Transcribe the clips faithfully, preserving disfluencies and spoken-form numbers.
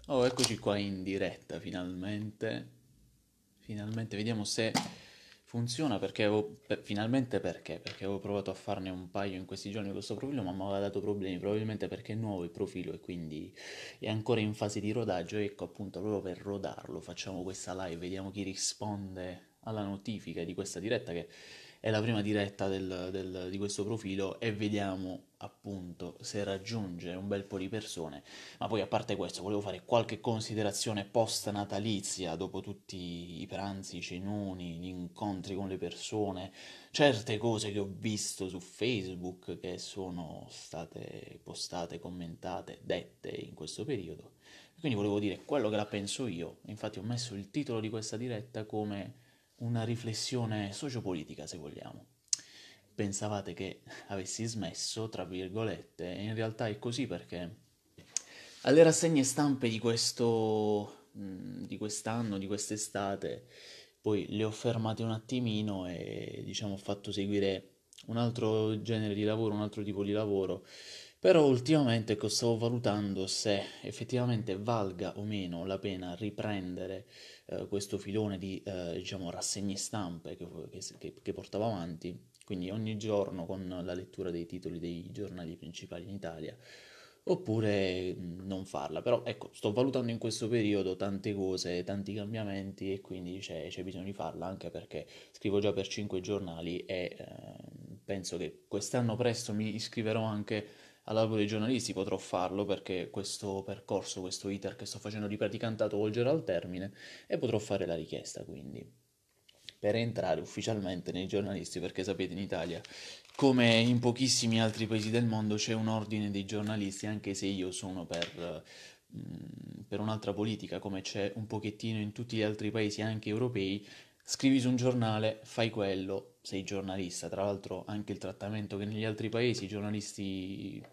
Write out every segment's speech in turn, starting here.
Oh, eccoci qua in diretta finalmente. Finalmente vediamo se funziona perché avevo... per- finalmente perché? Perché avevo provato a farne un paio in questi giorni con questo profilo, ma mi aveva dato problemi, probabilmente perché è nuovo il profilo e quindi è ancora in fase di rodaggio. Ecco, appunto, proprio per rodarlo facciamo questa live, vediamo chi risponde alla notifica di questa diretta, che è la prima diretta del- del- di questo profilo, e vediamo appunto se raggiunge un bel po' di persone. Ma poi a parte questo, volevo fare qualche considerazione post natalizia, dopo tutti i pranzi, i cenoni, gli incontri con le persone, certe cose che ho visto su Facebook che sono state postate, commentate, dette in questo periodo. Quindi volevo dire quello che la penso io. Infatti ho messo il titolo di questa diretta come una riflessione sociopolitica, se vogliamo. Pensavate che avessi smesso, tra virgolette, e in realtà è così perché alle rassegne stampe di questo, mh, di quest'anno, di quest'estate, poi le ho fermate un attimino e diciamo ho fatto seguire un altro genere di lavoro, un altro tipo di lavoro, però ultimamente ecco, stavo valutando se effettivamente valga o meno la pena riprendere eh, questo filone di eh, diciamo rassegne stampe che, che, che che portavo avanti, quindi ogni giorno con la lettura dei titoli dei giornali principali in Italia, oppure mh, non farla. Però ecco, sto valutando in questo periodo tante cose, tanti cambiamenti e quindi c'è, c'è bisogno di farla, anche perché scrivo già per cinque giornali e eh, penso che quest'anno presto mi iscriverò anche all'albo dei giornalisti, potrò farlo perché questo percorso, questo iter che sto facendo di praticantato volgerà al termine e potrò fare la richiesta quindi per entrare ufficialmente nei giornalisti, perché sapete in Italia, come in pochissimi altri paesi del mondo, c'è un ordine dei giornalisti, anche se io sono per, mm, per un'altra politica, come c'è un pochettino in tutti gli altri paesi, anche europei. Scrivi su un giornale, fai quello, sei giornalista. Tra l'altro anche il trattamento che negli altri paesi i giornalisti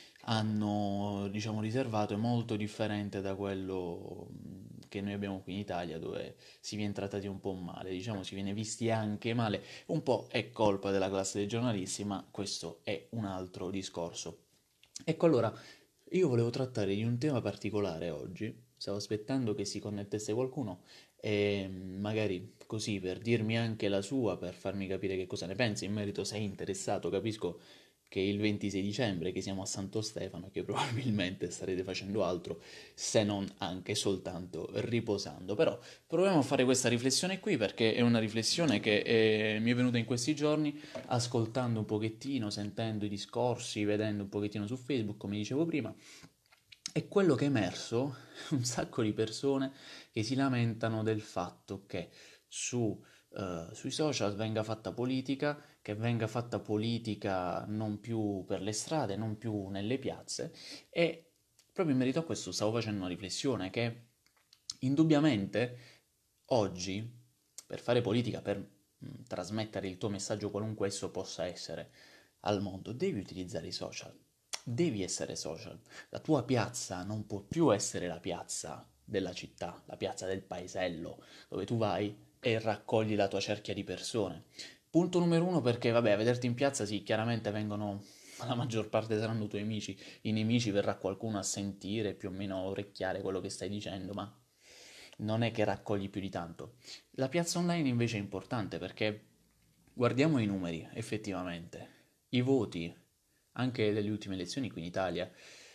hanno, diciamo, riservato è molto differente da quello mm, che noi abbiamo qui in Italia, dove si viene trattati un po' male, diciamo, si viene visti anche male. Un po' è colpa della classe dei giornalisti, ma questo è un altro discorso. Ecco, allora, io volevo trattare di un tema particolare oggi, stavo aspettando che si connettesse qualcuno e magari così per dirmi anche la sua, per farmi capire che cosa ne pensi in merito, sei interessato, capisco che è il ventisei dicembre, che siamo a Santo Stefano e che probabilmente starete facendo altro se non anche soltanto riposando. Però proviamo a fare questa riflessione qui perché è una riflessione che eh, mi è venuta in questi giorni ascoltando un pochettino, sentendo i discorsi, vedendo un pochettino su Facebook, come dicevo prima, e quello che è emerso, un sacco di persone che si lamentano del fatto che su, eh, sui social venga fatta politica, che venga fatta politica non più per le strade, non più nelle piazze, e proprio in merito a questo stavo facendo una riflessione che indubbiamente oggi, per fare politica, per mh, trasmettere il tuo messaggio qualunque esso possa essere al mondo, devi utilizzare i social. Devi essere social. La tua piazza non può più essere la piazza della città, la piazza del paesello, dove tu vai e raccogli la tua cerchia di persone. Punto numero uno perché, vabbè, a vederti in piazza sì, chiaramente vengono, la maggior parte saranno tuoi amici, i nemici verrà qualcuno a sentire, più o meno a orecchiare quello che stai dicendo, ma non è che raccogli più di tanto. La piazza online invece è importante perché guardiamo i numeri, effettivamente. I voti, anche delle ultime elezioni qui in Italia,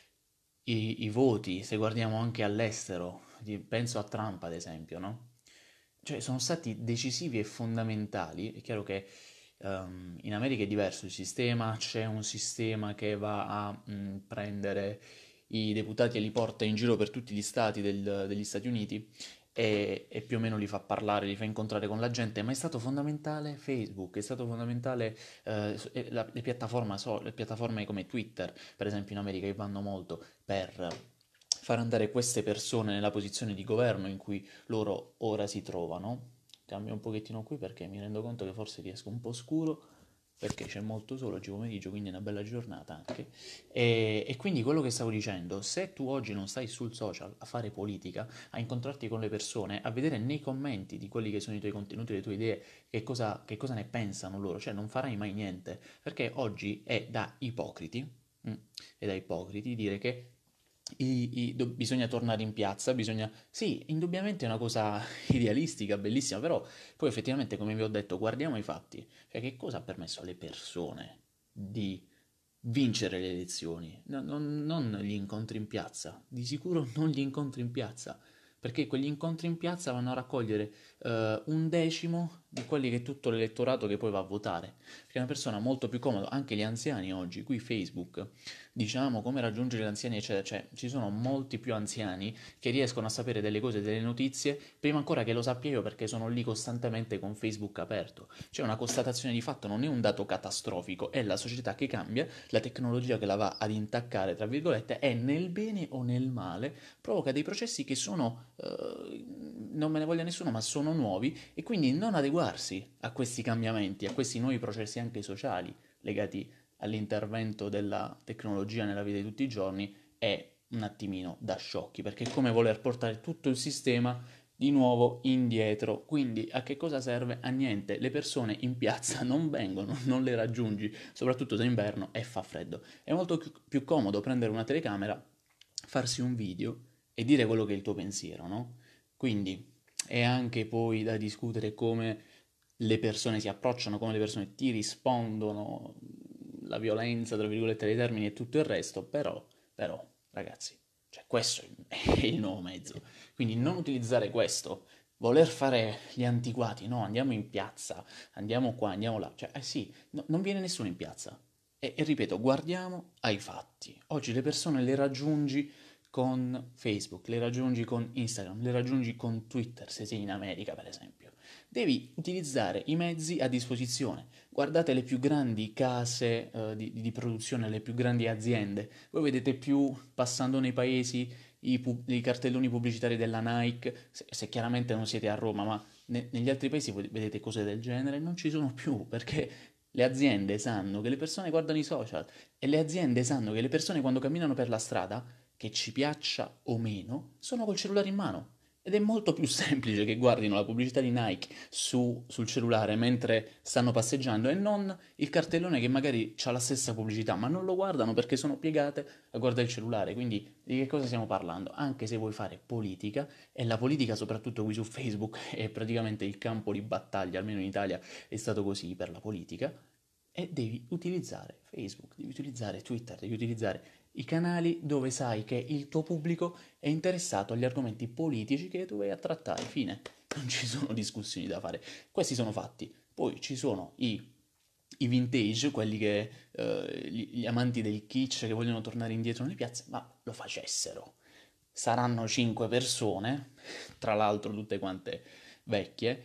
i, i voti, se guardiamo anche all'estero, di- penso a Trump ad esempio, no? Cioè sono stati decisivi e fondamentali. È chiaro che ehm, in America è diverso il sistema, c'è un sistema che va a mh, prendere i deputati e li porta in giro per tutti gli stati del- degli Stati Uniti e, e più o meno li fa parlare, li fa incontrare con la gente, ma è stato fondamentale Facebook, è stato fondamentale eh, s- eh, la- le piattaforme, so- le piattaforme come Twitter, per esempio in America, che vanno molto per far andare queste persone nella posizione di governo in cui loro ora si trovano. Cambio un pochettino qui perché mi rendo conto che forse riesco un po' scuro perché c'è molto sole oggi pomeriggio, quindi è una bella giornata anche. E, e quindi quello che stavo dicendo, se tu oggi non stai sul social a fare politica, a incontrarti con le persone, a vedere nei commenti di quelli che sono i tuoi contenuti, le tue idee, che cosa, che cosa ne pensano loro, cioè non farai mai niente, perché oggi è da ipocriti, mm, è da ipocriti dire che i- i- do- bisogna tornare in piazza, bisogna... Sì, indubbiamente è una cosa idealistica, bellissima, però poi effettivamente, come vi ho detto, guardiamo i fatti. Cioè, che cosa ha permesso alle persone di vincere le elezioni? No- non, non gli incontri in piazza, di sicuro non gli incontri in piazza, perché quegli incontri in piazza vanno a raccogliere eh, un decimo di quelli che è tutto l'elettorato che poi va a votare. Perché è una persona molto più comoda, anche gli anziani oggi, qui Facebook diciamo come raggiungere gli anziani, eccetera. Cioè, ci sono molti più anziani che riescono a sapere delle cose, delle notizie, prima ancora che lo sappia io perché sono lì costantemente con Facebook aperto. C'è una constatazione di fatto, non è un dato catastrofico, è la società che cambia, la tecnologia che la va ad intaccare, tra virgolette, e nel bene o nel male provoca dei processi che sono, eh, non me ne voglia nessuno, ma sono nuovi e quindi non adeguarsi a questi cambiamenti, a questi nuovi processi anche sociali legati all'intervento della tecnologia nella vita di tutti i giorni è un attimino da sciocchi, perché è come voler portare tutto il sistema di nuovo indietro. Quindi a che cosa serve? A niente. Le persone in piazza non vengono, non le raggiungi, soprattutto se è inverno e fa freddo. È molto più comodo prendere una telecamera, farsi un video e dire quello che è il tuo pensiero, no? Quindi è anche poi da discutere come le persone si approcciano, come le persone ti rispondono, la violenza, tra virgolette, dei termini e tutto il resto, però, però, ragazzi, cioè questo è il nuovo mezzo. Quindi non utilizzare questo, voler fare gli antiquati, no, andiamo in piazza, andiamo qua, andiamo là, cioè, eh sì, no, non viene nessuno in piazza. E, e ripeto, guardiamo ai fatti. Oggi le persone le raggiungi con Facebook, le raggiungi con Instagram, le raggiungi con Twitter, se sei in America, per esempio. Devi utilizzare i mezzi a disposizione. Guardate le più grandi case eh, di, di produzione, le più grandi aziende. Voi vedete più passando nei paesi i, pub- i cartelloni pubblicitari della Nike, se, se chiaramente non siete a Roma, ma ne- negli altri paesi voi vedete cose del genere, non ci sono più perché le aziende sanno che le persone guardano i social e le aziende sanno che le persone quando camminano per la strada, che ci piaccia o meno, sono col cellulare in mano. Ed è molto più semplice che guardino la pubblicità di Nike su, sul cellulare mentre stanno passeggiando e non il cartellone che magari ha la stessa pubblicità, ma non lo guardano perché sono piegate a guardare il cellulare. Quindi di che cosa stiamo parlando? Anche se vuoi fare politica, e la politica soprattutto qui su Facebook è praticamente il campo di battaglia, almeno in Italia è stato così per la politica, e devi utilizzare Facebook, devi utilizzare Twitter, devi utilizzare i canali dove sai che il tuo pubblico è interessato agli argomenti politici che tu vai a trattare. Fine. Non ci sono discussioni da fare. Questi sono fatti. Poi ci sono i, i vintage, quelli che eh, gli, gli amanti del kitsch che vogliono tornare indietro nelle piazze, ma lo facessero. Saranno cinque persone, tra l'altro tutte quante vecchie,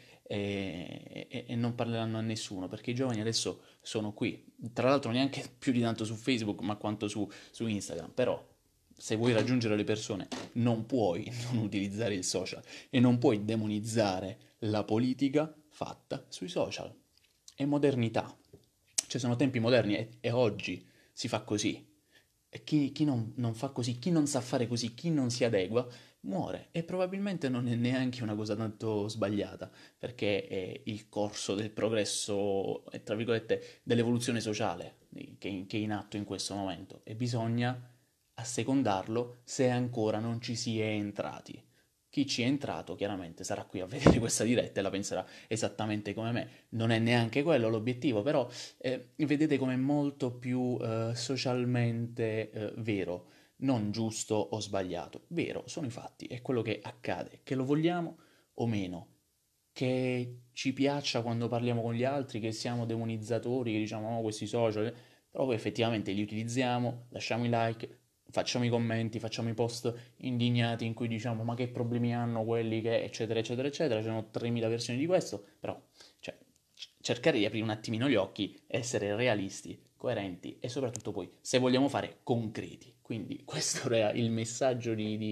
e, e- e non parleranno a nessuno perché i giovani adesso sono qui. Tra l'altro neanche più di tanto su Facebook, ma quanto su, su Instagram. Però se vuoi raggiungere le persone non puoi non utilizzare il social e non puoi demonizzare la politica fatta sui social. È modernità. Cioè sono tempi moderni e, e oggi si fa così. E chi, chi non, non fa così, chi non sa fare così, chi non si adegua, muore. E probabilmente non è neanche una cosa tanto sbagliata, perché è il corso del progresso, e tra virgolette, dell'evoluzione sociale che, che è in atto in questo momento. E bisogna assecondarlo se ancora non ci si è entrati. Chi ci è entrato chiaramente sarà qui a vedere questa diretta e la penserà esattamente come me. Non è neanche quello l'obiettivo, però eh, vedete come è molto più eh, socialmente eh, vero, non giusto o sbagliato. Vero, sono i fatti, è quello che accade, che lo vogliamo o meno, che ci piaccia quando parliamo con gli altri, che siamo demonizzatori, che diciamo oh, questi social, però poi effettivamente li utilizziamo, lasciamo i like, facciamo i commenti, facciamo i post indignati in cui diciamo ma che problemi hanno quelli che eccetera eccetera eccetera, ci sono tremila versioni di questo, però cioè, cercare di aprire un attimino gli occhi, essere realisti, coerenti e soprattutto poi se vogliamo fare concreti. Quindi questo era il messaggio di, di